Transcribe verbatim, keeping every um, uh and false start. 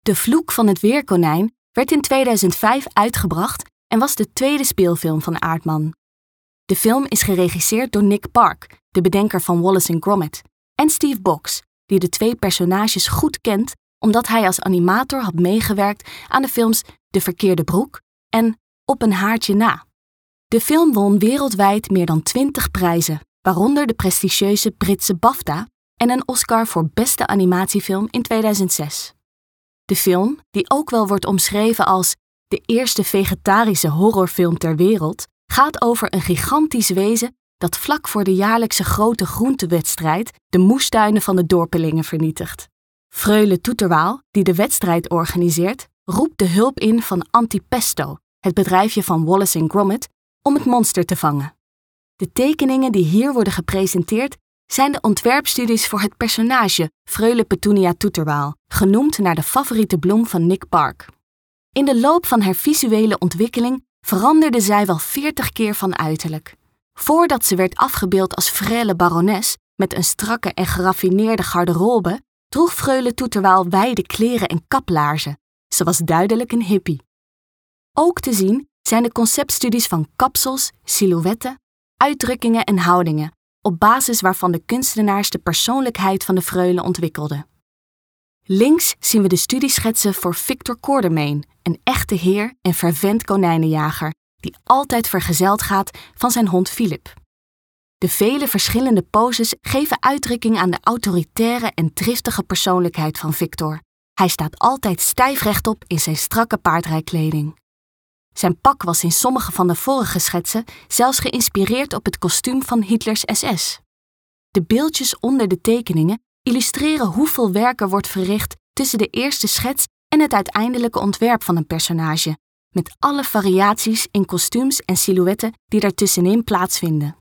De Vloek van het Weerkonijn werd in tweeduizend vijf uitgebracht en was de tweede speelfilm van Aardman. De film is geregisseerd door Nick Park, de bedenker van Wallace en Gromit, en Steve Box, die de twee personages goed kent omdat hij als animator had meegewerkt aan de films De Verkeerde Broek en Op een haartje na. De film won wereldwijd meer dan twintig prijzen, waaronder de prestigieuze Britse BAFTA en een Oscar voor beste animatiefilm in tweeduizend zes. De film, die ook wel wordt omschreven als de eerste vegetarische horrorfilm ter wereld, gaat over een gigantisch wezen dat vlak voor de jaarlijkse grote groentewedstrijd de moestuinen van de dorpelingen vernietigt. Freule Toeterwaal, die de wedstrijd organiseert, roept de hulp in van Antipesto, het bedrijfje van Wallace en Gromit, om het monster te vangen. De tekeningen die hier worden gepresenteerd zijn de ontwerpstudies voor het personage Freule Petunia Toeterwaal, genoemd naar de favoriete bloem van Nick Park. In de loop van haar visuele ontwikkeling veranderde zij wel veertig keer van uiterlijk. Voordat ze werd afgebeeld als frêle barones met een strakke en geraffineerde garderobe, droeg Freule Toeterwaal wijde kleren en kaplaarzen. Ze was duidelijk een hippie. Ook te zien zijn de conceptstudies van kapsels, silhouetten, uitdrukkingen en houdingen, op basis waarvan de kunstenaars de persoonlijkheid van de freule ontwikkelden. Links zien we de studieschetsen voor Victor Quartermain, een echte heer en fervent konijnenjager, die altijd vergezeld gaat van zijn hond Philip. De vele verschillende poses geven uitdrukking aan de autoritaire en driftige persoonlijkheid van Victor. Hij staat altijd stijf rechtop in zijn strakke paardrijkleding. Zijn pak was in sommige van de vorige schetsen zelfs geïnspireerd op het kostuum van Hitlers S S. De beeldjes onder de tekeningen illustreren hoeveel werk er wordt verricht tussen de eerste schets en het uiteindelijke ontwerp van een personage, met alle variaties in kostuums en silhouetten die daartussenin plaatsvinden.